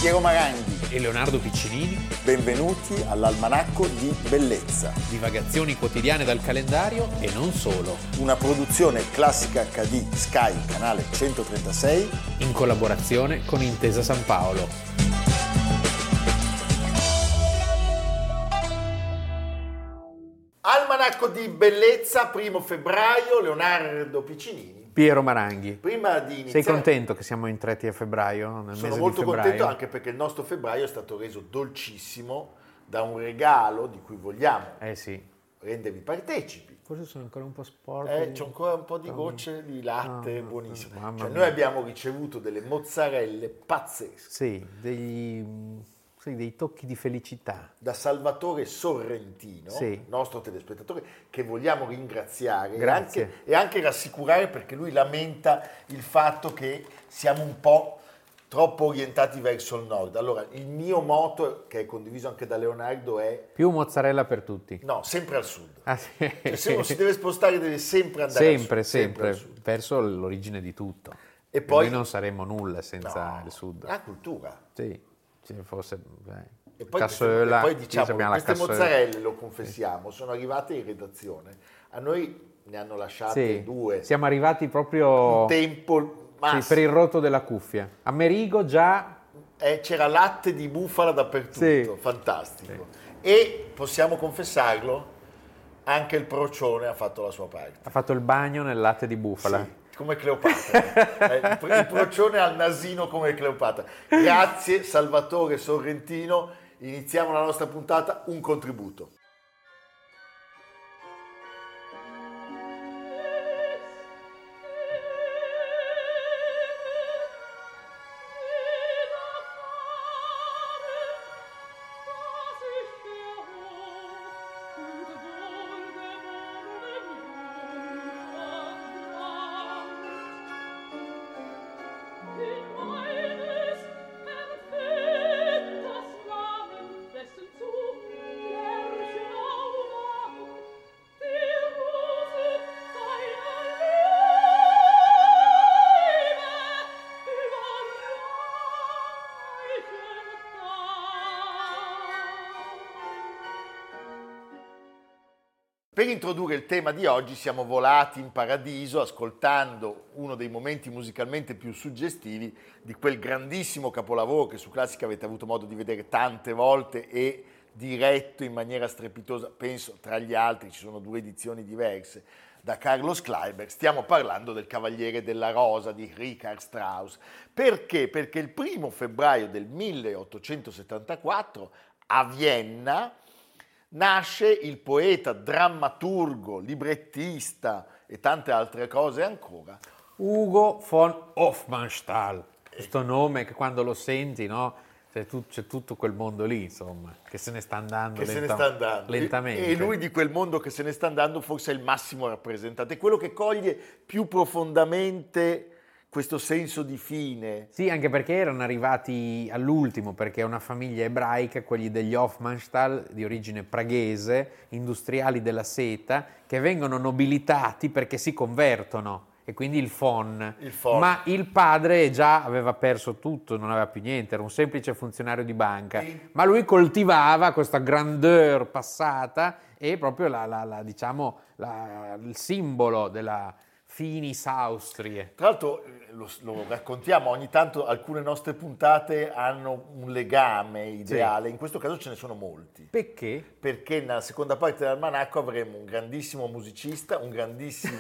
Piero Maranghi e Leonardo Piccinini. Benvenuti all'Almanacco di Bellezza. Divagazioni quotidiane dal calendario e non solo. Una produzione Classica HD Sky, canale 136. In collaborazione con Intesa San Paolo. Almanacco di Bellezza, 1 febbraio, Leonardo Piccinini. Piero Maranghi. Prima di iniziare, sei contento che siamo entrati a febbraio? Sono molto contento anche perché il nostro febbraio è stato reso dolcissimo da un regalo di cui vogliamo rendervi partecipi. Forse sono ancora un po' sporco. C'è ancora un po' di gocce di latte, buonissimo. Cioè, noi abbiamo ricevuto delle mozzarelle pazzesche. Sì, dei tocchi di felicità. Da Salvatore Sorrentino, nostro telespettatore, che vogliamo ringraziare e anche rassicurare, perché lui lamenta il fatto che siamo un po' troppo orientati verso il nord. Allora, il mio motto, che è condiviso anche da Leonardo, è... Più mozzarella per tutti. No, sempre al sud. Sì. Cioè, se uno si deve spostare deve sempre andare al sud. Sempre, al sud. Verso l'origine di tutto. E poi noi non saremo nulla senza il sud. La cultura. Sì. Forse, e poi diciamo che queste mozzarelle, lo confessiamo, sono arrivate in redazione. A noi ne hanno lasciate 2. Siamo arrivati proprio un tempo massimo. Per il rotto della cuffia. A Merigo già c'era latte di bufala dappertutto, fantastico. E possiamo confessarlo, anche il procione ha fatto la sua parte. Ha fatto il bagno nel latte di bufala. Come Cleopatra, il procione al nasino come Cleopatra. Grazie Salvatore Sorrentino, iniziamo la nostra puntata, un contributo. Per introdurre il tema di oggi siamo volati in paradiso ascoltando uno dei momenti musicalmente più suggestivi di quel grandissimo capolavoro che su Classica avete avuto modo di vedere tante volte e diretto in maniera strepitosa, penso tra gli altri, ci sono 2 edizioni diverse, da Carlos Kleiber. Stiamo parlando del Cavaliere della Rosa di Richard Strauss. Perché? Perché il 1 febbraio del 1874 a Vienna nasce il poeta, drammaturgo, librettista e tante altre cose ancora. Ugo von Hofmannsthal. Questo nome che quando lo senti, no? C'è tutto quel mondo lì, insomma, che se ne sta andando, lentamente. E lui di quel mondo che se ne sta andando forse è il massimo rappresentante, è quello che coglie più profondamente questo senso di fine. Sì, anche perché erano arrivati all'ultimo, perché è una famiglia ebraica, quelli degli Hofmannsthal, di origine praghese, industriali della seta, che vengono nobilitati perché si convertono, e quindi il von. Ma il padre già aveva perso tutto, non aveva più niente, era un semplice funzionario di banca, ma lui coltivava questa grandeur passata e proprio il simbolo della Finis Austriae. Tra l'altro lo raccontiamo, ogni tanto alcune nostre puntate hanno un legame ideale, in questo caso ce ne sono molti. Perché? Perché nella seconda parte dell'almanacco avremo un grandissimo musicista, un grandissimo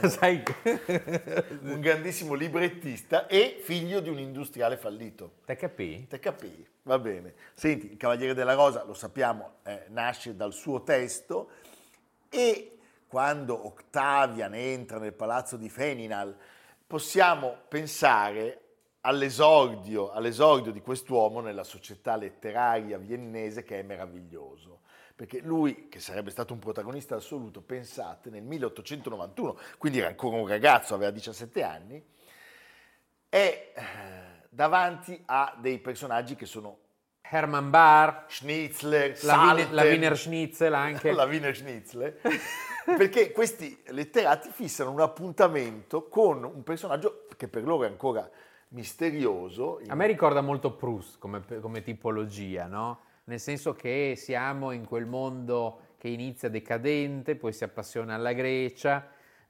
librettista e figlio di un industriale fallito. Te capì? Va bene. Senti, il Cavaliere della Rosa, lo sappiamo, nasce dal suo testo e quando Octavian entra nel palazzo di Feninal, possiamo pensare all'esordio di quest'uomo nella società letteraria viennese, che è meraviglioso. Perché lui, che sarebbe stato un protagonista assoluto, pensate, nel 1891, quindi era ancora un ragazzo, aveva 17 anni, è davanti a dei personaggi che sono Hermann Bahr, Schnitzler, la Wiener Schnitzel anche. La Wiener Schnitzel. Perché questi letterati fissano un appuntamento con un personaggio che per loro è ancora misterioso. A me ricorda molto Proust come tipologia, no? Nel senso che siamo in quel mondo che inizia decadente, poi si appassiona alla Grecia,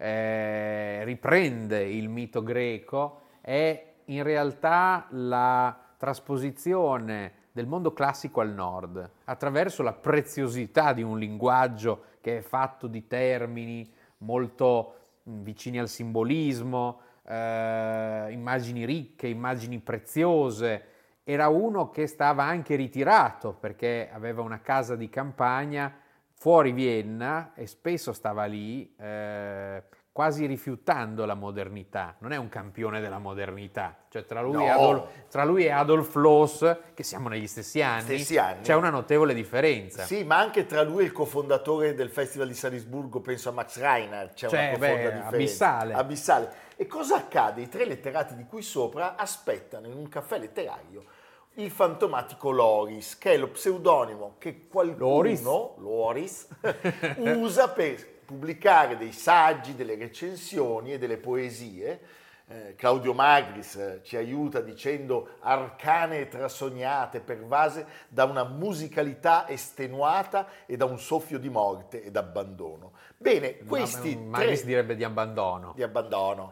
riprende il mito greco, è in realtà la trasposizione del mondo classico al nord, attraverso la preziosità di un linguaggio che è fatto di termini molto vicini al simbolismo, immagini ricche, immagini preziose. Era uno che stava anche ritirato perché aveva una casa di campagna fuori Vienna e spesso stava lì, quasi rifiutando la modernità. Non è un campione della modernità, cioè tra lui e Adolf Loos, che siamo negli stessi anni, c'è una notevole differenza. Sì, ma anche tra lui e il cofondatore del Festival di Salisburgo, penso a Max Reinhardt, c'è una profonda differenza. Abissale. E cosa accade? I tre letterati di cui sopra aspettano in un caffè letterario il fantomatico Loris, che è lo pseudonimo che qualcuno, Loris, usa per pubblicare dei saggi, delle recensioni e delle poesie. Claudio Magris ci aiuta dicendo arcane e trasognate, pervase da una musicalità estenuata e da un soffio di morte ed abbandono. Bene, questi Magris direbbe di abbandono. Di abbandono.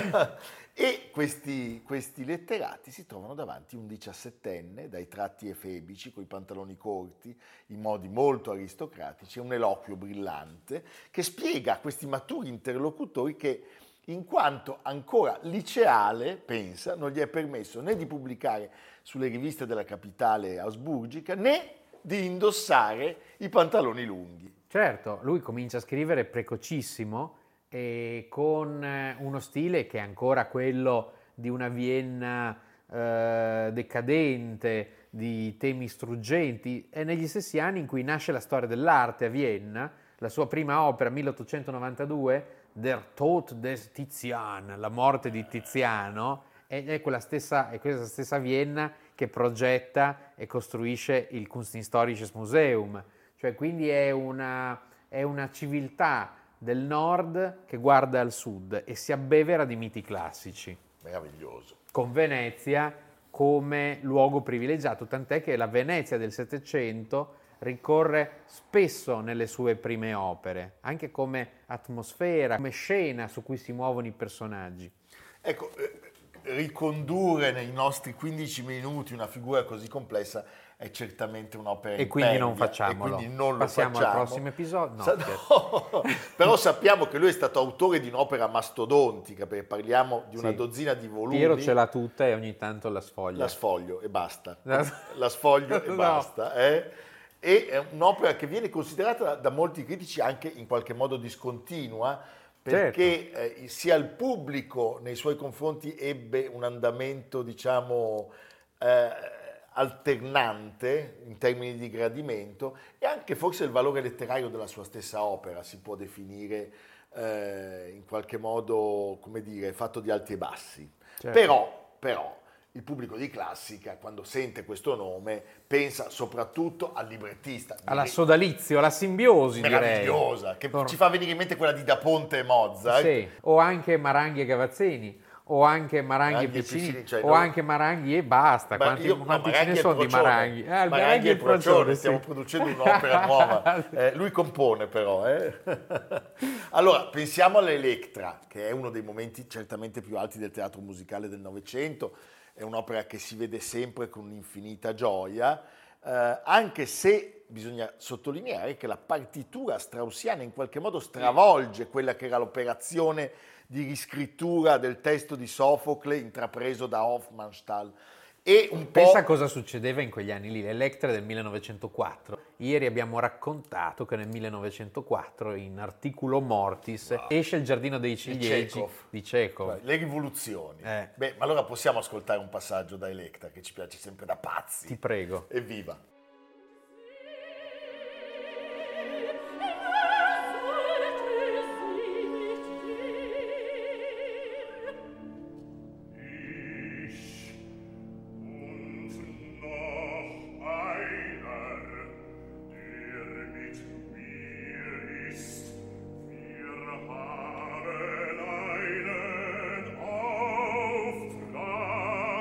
E questi letterati si trovano davanti un 17enne dai tratti efebici, coi pantaloni corti, in modi molto aristocratici, un eloquio brillante che spiega a questi maturi interlocutori che, in quanto ancora liceale, pensa, non gli è permesso né di pubblicare sulle riviste della capitale asburgica né di indossare i pantaloni lunghi. Certo, lui comincia a scrivere precocissimo e con uno stile che è ancora quello di una Vienna decadente, di temi struggenti. È negli stessi anni in cui nasce la storia dell'arte a Vienna, la sua prima opera, 1892, Der Tod des Tizian, la morte di Tiziano, ed è questa stessa Vienna che progetta e costruisce il Kunsthistorisches Museum, cioè quindi è una civiltà del nord che guarda al sud e si abbevera di miti classici. Meraviglioso. Con Venezia come luogo privilegiato, tant'è che la Venezia del Settecento ricorre spesso nelle sue prime opere, anche come atmosfera, come scena su cui si muovono i personaggi. Ecco, ricondurre nei nostri 15 minuti una figura così complessa è certamente un'opera e quindi non facciamolo. Quindi non passiamo al prossimo episodio. No. Però sappiamo che lui è stato autore di un'opera mastodontica, perché parliamo di una dozzina di volumi. Piero ce l'ha tutta e ogni tanto la sfoglia. La sfoglio e basta. La sfoglio e basta. E è un'opera che viene considerata da molti critici anche in qualche modo discontinua, perché sia il pubblico nei suoi confronti ebbe un andamento, diciamo, alternante in termini di gradimento, e anche forse il valore letterario della sua stessa opera si può definire in qualche modo, come dire, fatto di alti e bassi. Però il pubblico di classica, quando sente questo nome, pensa soprattutto al librettista. Alla sodalizio, alla simbiosi, meravigliosa, direi. Che ci fa venire in mente quella di Da Ponte e Mozart. Sì, o anche Maranghi e Gavazzini, o anche Maranghi e Piccini, cioè, o anche Maranghi e basta. Quanti ce ne sono di Maranghi? Maranghi e il Procione, stiamo producendo un'opera nuova. Lui compone però. Allora, pensiamo all'Electra, che è uno dei momenti certamente più alti del teatro musicale del Novecento. È un'opera che si vede sempre con un'infinita gioia, anche se bisogna sottolineare che la partitura straussiana in qualche modo stravolge quella che era l'operazione di riscrittura del testo di Sofocle intrapreso da Hofmannsthal. E Pensa a cosa succedeva in quegli anni lì, l'Electra del 1904. Ieri abbiamo raccontato che nel 1904 in Articulo Mortis esce Il giardino dei ciliegi di Chekhov. Le rivoluzioni. Beh, ma allora possiamo ascoltare un passaggio da Electra che ci piace sempre da pazzi. Ti prego. Evviva. Auftrag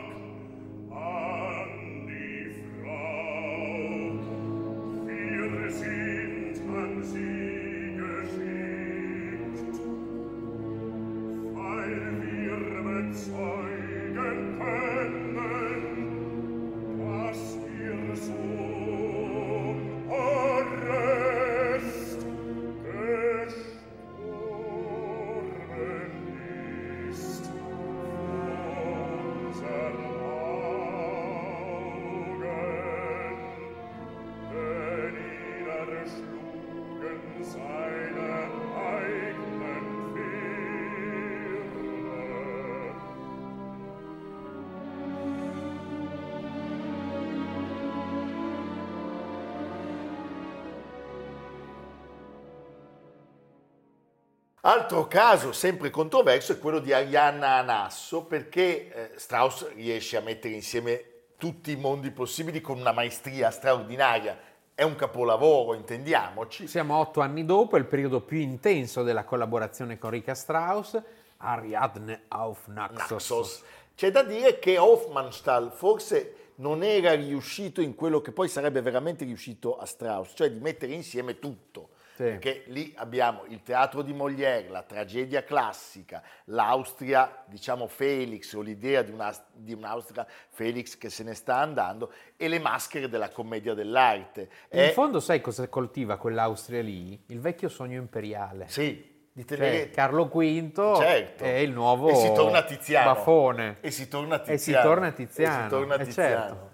Altro caso sempre controverso è quello di Arianna Anasso, perché Strauss riesce a mettere insieme tutti i mondi possibili con una maestria straordinaria. È un capolavoro, intendiamoci. Siamo 8 anni dopo, è il periodo più intenso della collaborazione con Richard Strauss, Ariadne auf Naxos. C'è da dire che Hofmannsthal forse non era riuscito in quello che poi sarebbe veramente riuscito a Strauss, cioè di mettere insieme tutto. Sì. Perché lì abbiamo il teatro di Molière, la tragedia classica, l'Austria, diciamo Felix, o l'idea di un'Austria Felix che se ne sta andando, e le maschere della commedia dell'arte. In fondo sai cosa coltiva quell'Austria lì? Il vecchio sogno imperiale. Sì, di tenere... Cioè, Carlo V certo. è il nuovo e si torna Tiziano. Baffone. E si torna Tiziano. E si torna Tiziano. Certo.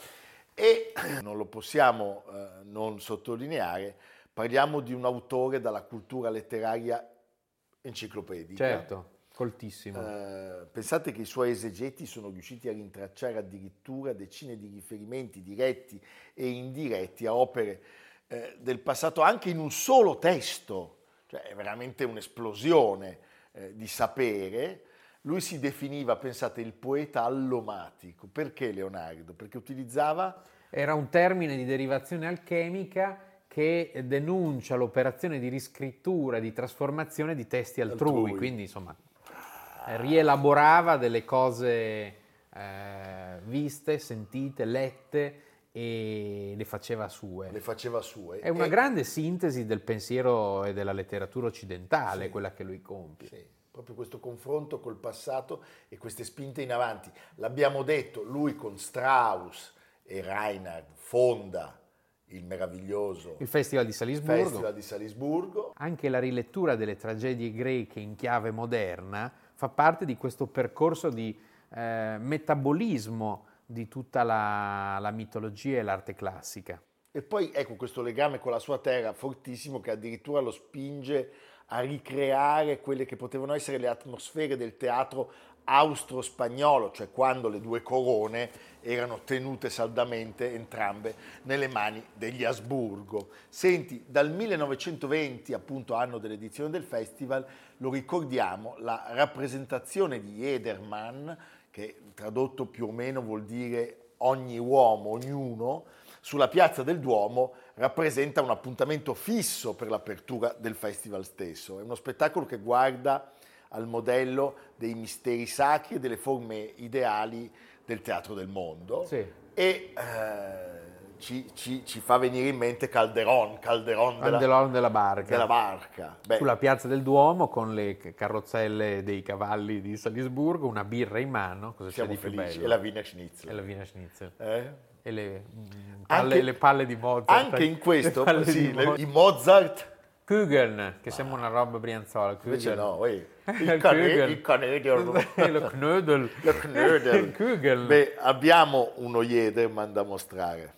E non lo possiamo non sottolineare, parliamo di un autore dalla cultura letteraria enciclopedica. Certo, coltissimo. Pensate che i suoi esegeti sono riusciti a rintracciare addirittura decine di riferimenti diretti e indiretti a opere del passato, anche in un solo testo. Cioè è veramente un'esplosione di sapere. Lui si definiva, pensate, il poeta allomatico. Perché Leonardo? Perché utilizzava... Era un termine di derivazione alchemica che denuncia l'operazione di riscrittura, di trasformazione di testi altrui. Quindi insomma rielaborava delle cose viste, sentite, lette e le faceva sue. È una grande sintesi del pensiero e della letteratura occidentale, sì, quella che lui compie. Sì, proprio questo confronto col passato e queste spinte in avanti. L'abbiamo detto, lui con Strauss e Reinhard fonda il meraviglioso Festival di Salisburgo. Anche la rilettura delle tragedie greche in chiave moderna fa parte di questo percorso di metabolismo di tutta la mitologia e l'arte classica. E poi ecco questo legame con la sua terra fortissimo che addirittura lo spinge a ricreare quelle che potevano essere le atmosfere del teatro austro-spagnolo, cioè quando le due corone erano tenute saldamente entrambe nelle mani degli Asburgo. Senti, dal 1920, appunto anno dell'edizione del festival, lo ricordiamo, la rappresentazione di Jedermann, che tradotto più o meno vuol dire ogni uomo, ognuno, sulla piazza del Duomo rappresenta un appuntamento fisso per l'apertura del festival stesso. È uno spettacolo che guarda al modello dei misteri sacri e delle forme ideali del teatro del mondo, sì, e ci fa venire in mente Calderón della barca. Beh, sulla piazza del Duomo con le carrozzelle dei cavalli di Salisburgo, una birra in mano, cosa c'è di più bello? E la Wiener Schnitzel. E le palle di Mozart. Anche in questo, sì, i Mozart Kugeln, che sembra una roba brianzola. Invece no, il Knödel. Kugeln. Beh, abbiamo uno Jedermann da mostrare.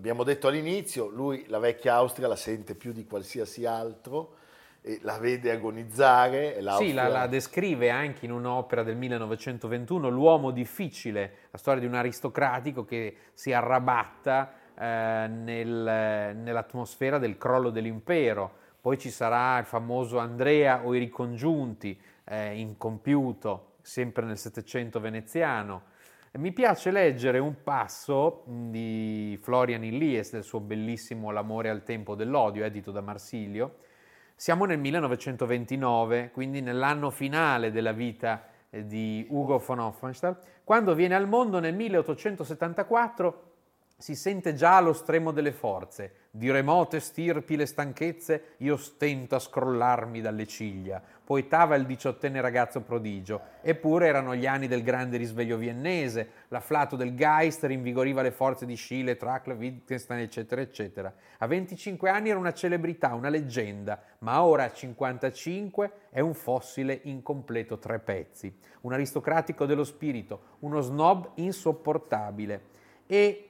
Abbiamo detto all'inizio, lui la vecchia Austria la sente più di qualsiasi altro e la vede agonizzare. E Sì, la descrive anche in un'opera del 1921, L'uomo difficile, la storia di un aristocratico che si arrabatta nell'atmosfera del crollo dell'impero. Poi ci sarà il famoso Andrea o i ricongiunti, incompiuto, sempre nel Settecento veneziano. Mi piace leggere un passo di Florian Illies, del suo bellissimo L'amore al tempo dell'odio, edito da Marsilio. Siamo nel 1929, quindi nell'anno finale della vita di Ugo von Hofmannsthal. Quando viene al mondo nel 1874 si sente già allo stremo delle forze. Di remote stirpi le stanchezze io stento a scrollarmi dalle ciglia, poetava il diciottenne ragazzo prodigio. Eppure erano gli anni del grande risveglio viennese, l'afflato del Geist rinvigoriva le forze di Schiele, Trakl, Wittgenstein, eccetera, eccetera. A 25 anni era una celebrità, una leggenda, ma ora a 55 è un fossile incompleto 3 pezzi, un aristocratico dello spirito, uno snob insopportabile. E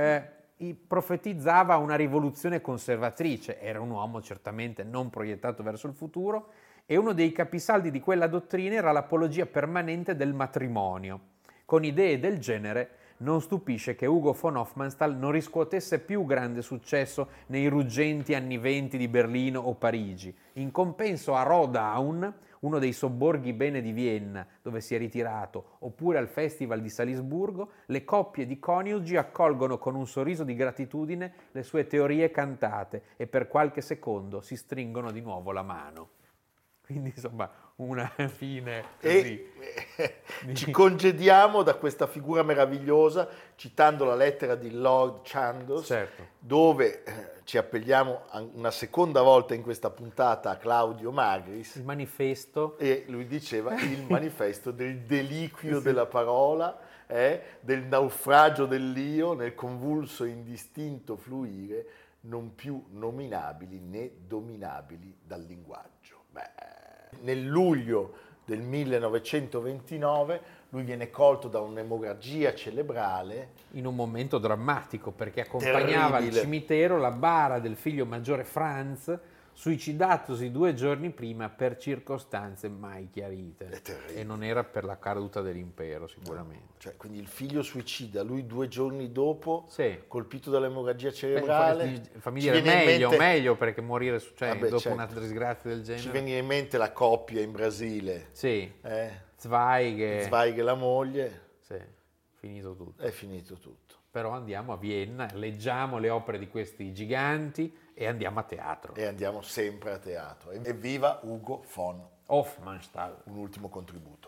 profetizzava una rivoluzione conservatrice, era un uomo certamente non proiettato verso il futuro e uno dei capisaldi di quella dottrina era l'apologia permanente del matrimonio. Con idee del genere non stupisce che Ugo von Hofmannsthal non riscuotesse più grande successo nei ruggenti anni '20 di Berlino o Parigi. In compenso a Rodaun, uno dei sobborghi bene di Vienna, dove si è ritirato, oppure al Festival di Salisburgo, le coppie di coniugi accolgono con un sorriso di gratitudine le sue teorie cantate e per qualche secondo si stringono di nuovo la mano. Quindi insomma una fine così. E ci congediamo da questa figura meravigliosa citando la lettera di Lord Chandos, certo, dove ci appelliamo una seconda volta in questa puntata a Claudio Magris. Il manifesto. E lui diceva il manifesto del deliquio della parola, del naufragio dell'io nel convulso e indistinto fluire, non più nominabili né dominabili dal linguaggio. Nel luglio del 1929 lui viene colto da un'emorragia cerebrale. In un momento drammatico, perché accompagnava al cimitero la bara del figlio maggiore Franz, suicidatosi 2 giorni prima per circostanze mai chiarite. E non era per la caduta dell'impero sicuramente. Cioè, quindi il figlio suicida, lui 2 giorni dopo, sì, colpito dall'emorragia cerebrale. Famiglia era meglio perché morire dopo certo, una disgrazia del genere. Ci viene in mente la coppia in Brasile. Sì, Zweig e la moglie. Sì, finito tutto. È finito tutto. Però andiamo a Vienna, leggiamo le opere di questi giganti e andiamo a teatro. E andiamo sempre a teatro. Evviva Ugo von Hofmannsthal. Un ultimo contributo.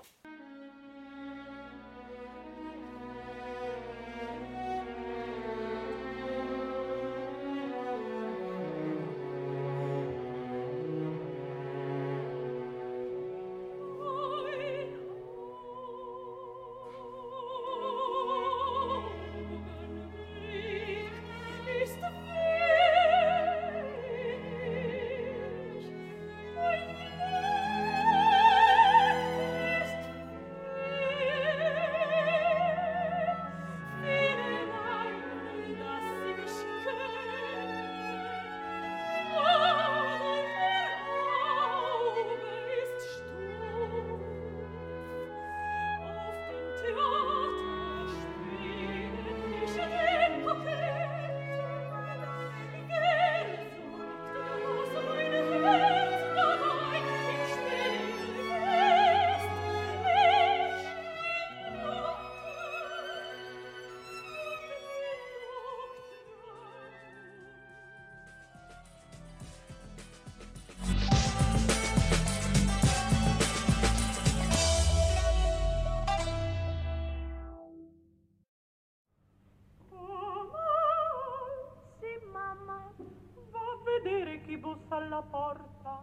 Alla porta.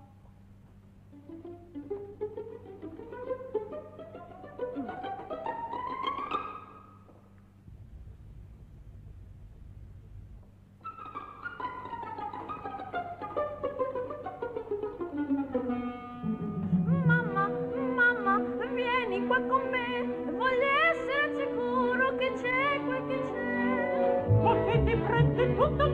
Mamma, vieni qua con me. Voglio essere sicuro che c'è quel che c'è. Ma che ti prende tutto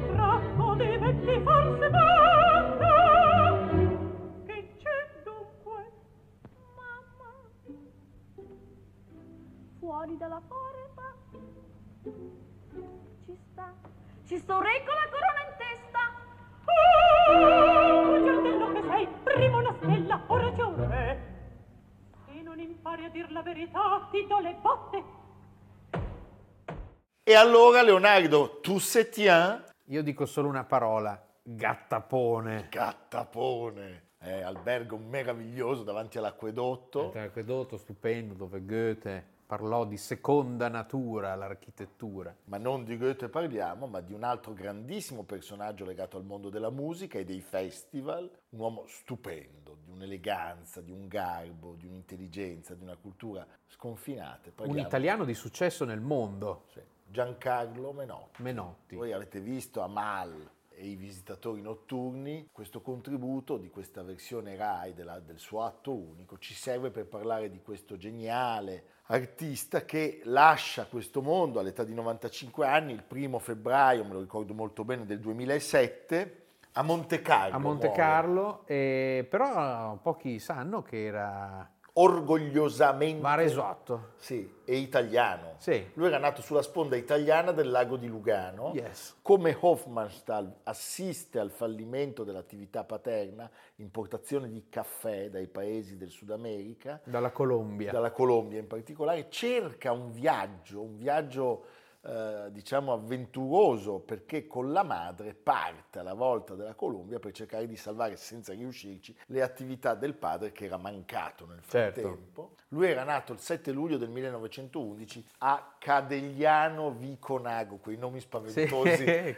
E allora Leonardo, tu se tiens, Io dico solo una parola, gattapone. Gattapone, albergo meraviglioso davanti all'acquedotto. L'acquedotto stupendo dove Goethe parlò di seconda natura all'architettura. Ma non di Goethe parliamo, ma di un altro grandissimo personaggio legato al mondo della musica e dei festival, un uomo stupendo, di un'eleganza, di un garbo, di un'intelligenza, di una cultura sconfinate. Un italiano di successo nel mondo, Sì, Giancarlo Menotti. Menotti. Voi avete visto Amal e i visitatori notturni, questo contributo di questa versione Rai del suo atto unico ci serve per parlare di questo geniale artista che lascia questo mondo all'età di 95 anni, il 1 febbraio, me lo ricordo molto bene, del 2007, a Monte Carlo. A Monte Carlo, però pochi sanno che era Orgogliosamente Varesotto. sì, è italiano. Sì. Lui era nato sulla sponda italiana del lago di Lugano. Yes. Come Hofmannsthal assiste al fallimento dell'attività paterna, importazione di caffè dai paesi del Sud America, Dalla Colombia. dalla Colombia in particolare, cerca un viaggio diciamo avventuroso, perché con la madre parte alla volta della Colombia per cercare di salvare, senza riuscirci, le attività del padre che era mancato nel frattempo. Lui era nato il 7 luglio del 1911 a Cadegliano Viconago, quei nomi spaventosi. Sì,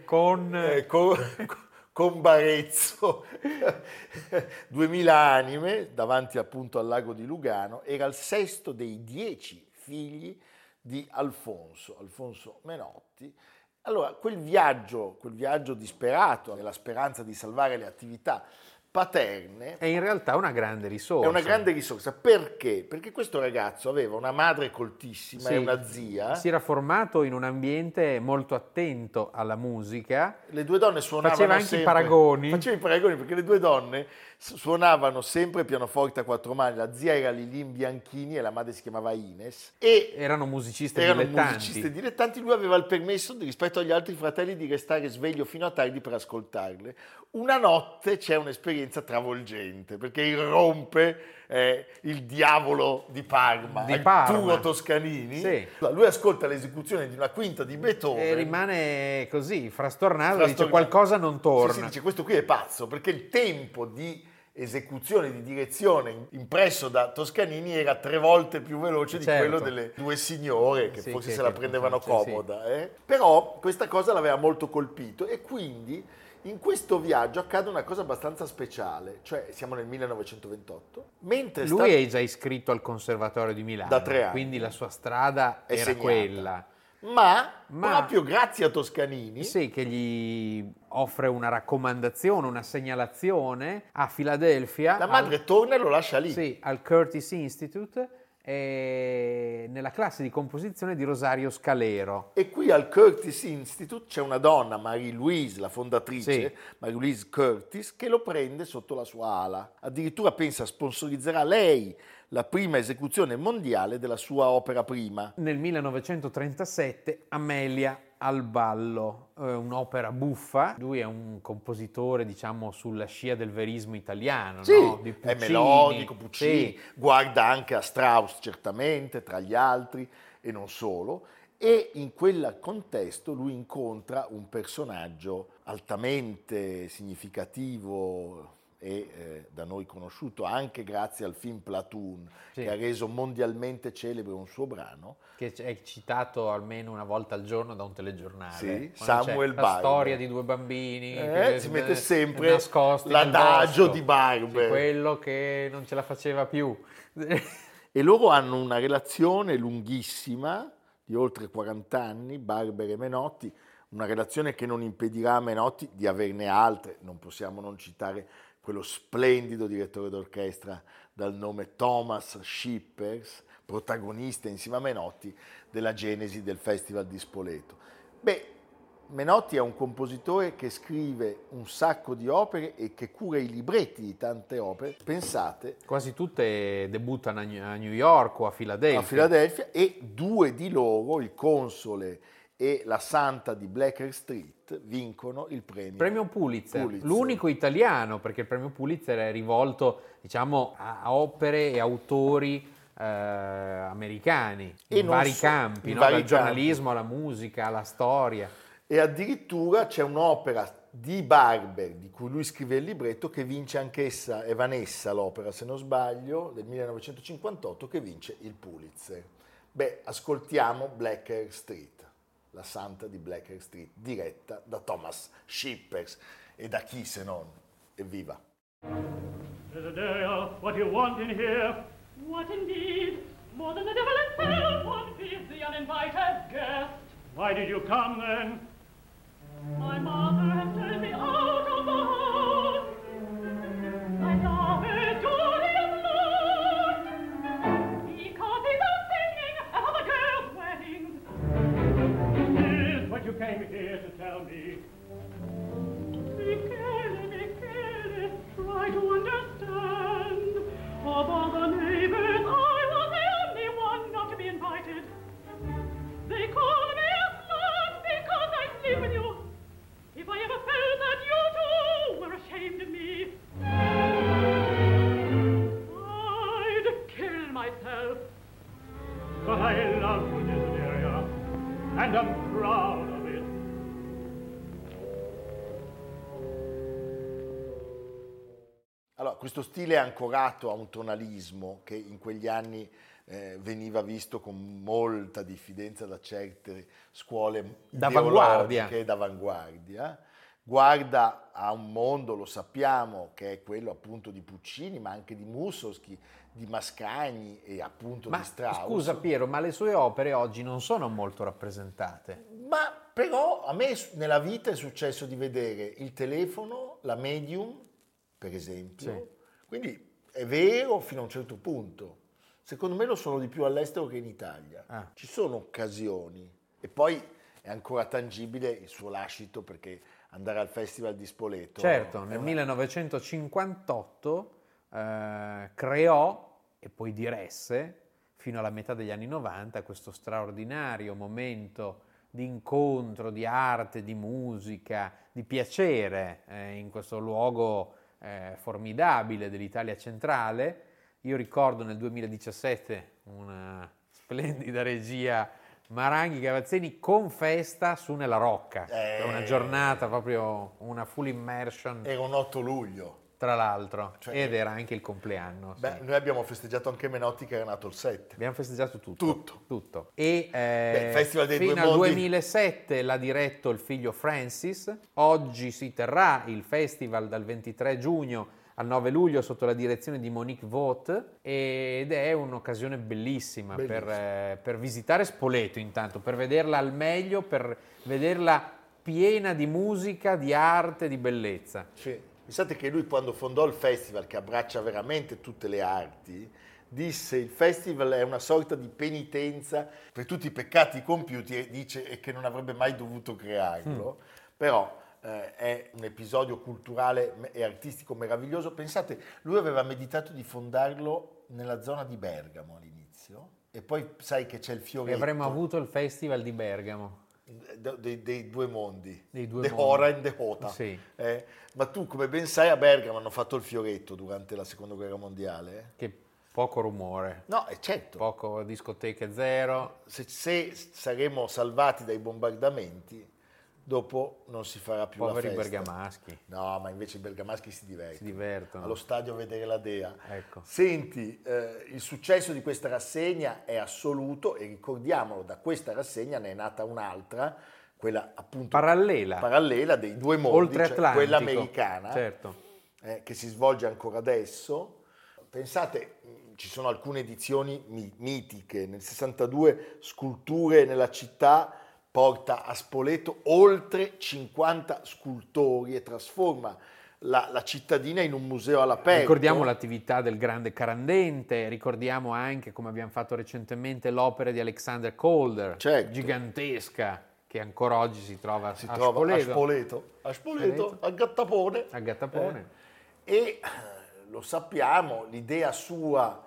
con Barezzo, 2000 anime davanti appunto al lago di Lugano. Era il sesto dei 10 figli di Alfonso Menotti. Allora, quel viaggio disperato, nella speranza di salvare le attività paterne, È in realtà una grande risorsa. è una grande risorsa. Perché? Perché questo ragazzo aveva una madre coltissima Sì, e una zia. si era formato in un ambiente molto attento alla musica. Le due donne suonavano Faceva anche sempre, i paragoni. Faceva i paragoni perché le due donne suonavano sempre pianoforte a quattro mani. La zia era Lilin Bianchini e la madre si chiamava Ines. E Erano musiciste erano dilettanti. musiciste dilettanti. Lui aveva il permesso rispetto agli altri fratelli di restare sveglio fino a tardi per ascoltarle. Una notte c'è un'esperienza travolgente perché irrompe il diavolo di Parma, Arturo Toscanini. Sì. Lui ascolta l'esecuzione di una quinta di Beethoven E rimane così, frastornato, dice qualcosa non torna. Sì, dice questo qui è pazzo, perché il tempo di esecuzione, di direzione impresso da Toscanini era 3 volte più veloce di quello delle due signore che Sì, forse che- se la che- prendevano sì, comoda. Però questa cosa l'aveva molto colpito e quindi in questo viaggio accade una cosa abbastanza speciale, cioè siamo nel 1928, mentre Lui è già iscritto al Conservatorio di Milano, Da 3 anni. quindi la sua strada È era segnata. quella. ma Ma- proprio grazie a Toscanini Sì, che gli offre una raccomandazione, una segnalazione a Filadelfia. la madre torna e lo lascia lì. Sì, al Curtis Institute, nella classe di composizione di Rosario Scalero. E qui al Curtis Institute c'è una donna, Marie-Louise, la fondatrice, Sì. Marie-Louise Curtis, che lo prende sotto la sua ala. Addirittura pensa sponsorizzerà lei la prima esecuzione mondiale della sua opera prima. Nel 1937 Amelia al ballo, un'opera buffa. Lui è un compositore, diciamo, sulla scia del verismo italiano, Sì, no? Di è Puccini. melodico, Puccini, Sì. guarda anche a Strauss certamente, tra gli altri, e non solo. E in quel contesto lui incontra un personaggio altamente significativo e da noi conosciuto anche grazie al film Platoon, Sì. che ha reso mondialmente celebre un suo brano. Che è citato almeno una volta al giorno da un telegiornale. Sì, Quando Samuel c'è la Barber. storia di due bambini che Si mette sempre nascosti nel l'adagio bosco. di Barber. Sì, quello che non ce la faceva più. E loro hanno una relazione lunghissima, di oltre 40 anni, Barber e Menotti, una relazione che non impedirà a Menotti di averne altre. Non possiamo non citare quello splendido direttore d'orchestra dal nome Thomas Shippers, protagonista insieme a Menotti della genesi del Festival di Spoleto. Menotti è un compositore che scrive un sacco di opere e che cura i libretti di tante opere. Pensate, Quasi tutte debuttano a New York o a Filadelfia. a Filadelfia, e 2 di loro, il console e la santa di Bleecker Street, vincono il Premio Pulitzer, Pulitzer. l'unico italiano, perché il premio Pulitzer è rivolto, diciamo, a opere e autori americani, E in non vari so- campi, in no? vari Dal campi. giornalismo alla musica, alla storia. E addirittura c'è un'opera di Barber, di cui lui scrive il libretto, che vince anch'essa, è Vanessa l'opera se non sbaglio, del 1958, che vince il Pulitzer. Beh, ascoltiamo Blacker Street, la santa di Blacker Street, diretta da Thomas Shippers. E da chi se non? Evviva! Desideria, what you want in here? What indeed? More than the devil himself, one feels the uninvited guest. Why did you come then? My mother has turned me out of the house. My love is Julius Lord. Because he's out singing at the girls' weddings. Is what you came here to tell me. Michele, try to understand. Of all the neighbors, I was the only one not to be invited. They call me a slut because I sleep with you. If I ever felt that you too were ashamed of me, I'd kill myself. But I love this area, and I'm proud of it. Allora, questo stile è ancorato a un tonalismo che in quegli anni veniva visto con molta diffidenza da certe scuole D'avanguardia. ideologiche d'avanguardia. Guarda a un mondo, lo sappiamo, che è quello appunto di Puccini, ma anche di Mussorgsky, di Mascagni e appunto Ma di Strauss. scusa Piero, ma le sue opere oggi non sono molto rappresentate. Ma però a me nella vita è successo di vedere Il telefono, La Medium, per esempio. Sì. Quindi è vero fino a un certo punto. Secondo me lo sono di più all'estero che in Italia. Ah. Ci sono occasioni. E poi è ancora tangibile il suo lascito, perché andare al Festival di Spoleto... Certo, è nel una- 1958 creò e poi diresse fino alla metà degli anni 90 questo straordinario momento di incontro, di arte, di musica, di piacere in questo luogo formidabile dell'Italia centrale. Io ricordo nel 2017 una splendida regia Maranghi Gavazzeni con festa su Nella Rocca, per una giornata proprio una full immersion, Era un 8 luglio. tra l'altro, Cioè, ed era anche il compleanno. Sì. Beh, noi abbiamo festeggiato anche Menotti che era nato il 7. Abbiamo festeggiato tutto. Tutto. Tutto. E il Festival dei fino Due al Mondi. 2007 l'ha diretto il figlio Francis. Oggi si terrà il festival dal 23 giugno al 9 luglio sotto la direzione di Monique Vaught ed è un'occasione bellissima, per visitare Spoleto intanto, per vederla al meglio, per vederla piena di musica, di arte, di bellezza. Sì. Pensate che lui quando fondò il festival, che abbraccia veramente tutte le arti, disse il festival è una sorta di penitenza per tutti i peccati compiuti e dice e che non avrebbe mai dovuto crearlo, però è un episodio culturale e artistico meraviglioso. Pensate, lui aveva meditato di fondarlo nella zona di Bergamo all'inizio e poi sai che c'è il E fioretto. avremmo avuto il festival di Bergamo. Dei due mondi, Dei due The mondi. Hora and the Hota. Sì. Ma tu, come ben sai, a Bergamo hanno fatto il fioretto durante la seconda guerra mondiale. Che poco rumore, No, è certo, poco discoteche zero. se saremo salvati dai bombardamenti, dopo non si farà più Poveri la festa. bergamaschi, No, ma invece i bergamaschi si si divertono. allo stadio a vedere la Dea. Ecco. Senti, il successo di questa rassegna è assoluto e ricordiamolo, da questa rassegna ne è nata un'altra, quella appunto parallela dei due mondi, oltre cioè Atlantico, quella americana, certo. che si svolge ancora adesso. Pensate, ci sono alcune edizioni mitiche, nel 62 Sculture nella città porta a Spoleto oltre 50 scultori e trasforma la cittadina in un museo all'aperto. Ricordiamo l'attività del grande Carandente, ricordiamo anche, come abbiamo fatto recentemente, l'opera di Alexander Calder, Certo. gigantesca, che ancora oggi si trova, si a trova Spoleto, a Spoleto, a Gattapone. a Gattapone. E lo sappiamo, l'idea sua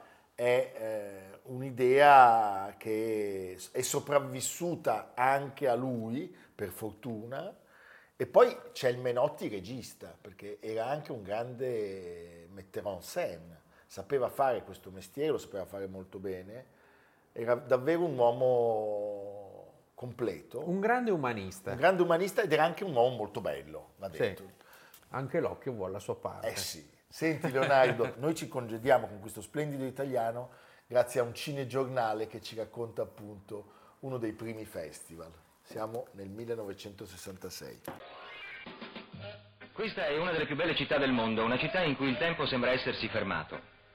è un'idea che è sopravvissuta anche a lui, per fortuna, e poi c'è il Menotti regista, perché era anche un grande metteur en scène. sapeva fare questo mestiere, lo sapeva fare molto bene, era davvero un uomo completo. Un grande umanista. Un grande umanista ed era anche un uomo molto bello, va detto. Sì. Anche l'occhio vuole la sua parte. Sì. Senti Leonardo, noi ci congediamo con questo splendido italiano grazie a un cinegiornale che ci racconta appunto uno dei primi festival. Siamo nel 1966. Questa è una delle più belle città del mondo, una città in cui il tempo sembra essersi fermato.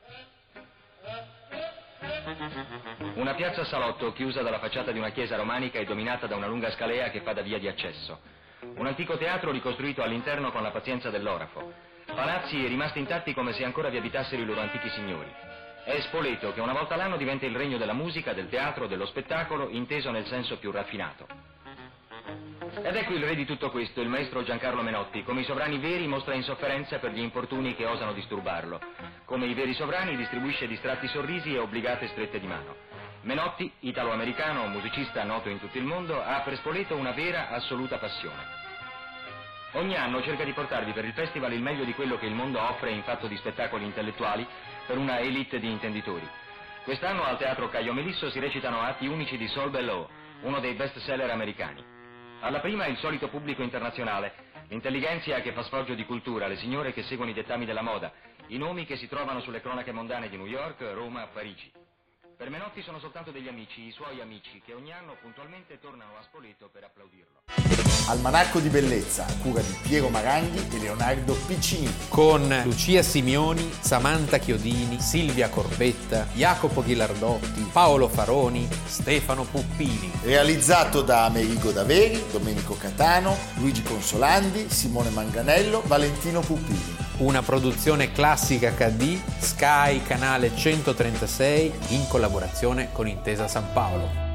Una piazza salotto chiusa dalla facciata di una chiesa romanica e dominata da una lunga scalea che fa da via di accesso. Un antico teatro ricostruito all'interno con la pazienza dell'orafo. Palazzi rimasti intatti come se ancora vi abitassero i loro antichi signori. È Spoleto che una volta l'anno diventa il regno della musica, del teatro, dello spettacolo, inteso nel senso più raffinato. Ed ecco il re di tutto questo, il maestro Giancarlo Menotti. Come i sovrani veri mostra insofferenza per gli importuni che osano disturbarlo. Come i veri sovrani distribuisce distratti sorrisi e obbligate strette di mano. Menotti, italo-americano, musicista noto in tutto il mondo, ha per Spoleto una vera, assoluta passione. Ogni anno cerca di portarvi per il festival il meglio di quello che il mondo offre in fatto di spettacoli intellettuali per una elite di intenditori. Quest'anno al Teatro Caio Melisso si recitano atti unici di Saul Bellow, uno dei best seller americani. Alla prima il solito pubblico internazionale, l'intelligenza che fa sfoggio di cultura, le signore che seguono i dettami della moda, i nomi che si trovano sulle cronache mondane di New York, Roma, Parigi. Per Menotti sono soltanto degli amici, i suoi amici, che ogni anno puntualmente tornano a Spoleto per applaudirlo. Almanacco di bellezza, a cura di Piero Maranghi e Leonardo Piccini. Con Lucia Simioni, Samantha Chiodini, Silvia Corbetta, Jacopo Ghilardotti, Paolo Faroni, Stefano Puppini. Realizzato da Amerigo Daveri, Domenico Catano, Luigi Consolandi, Simone Manganello, Valentino Puppini. Una produzione Classica HD, Sky Canale 136, in collaborazione con Intesa San Paolo.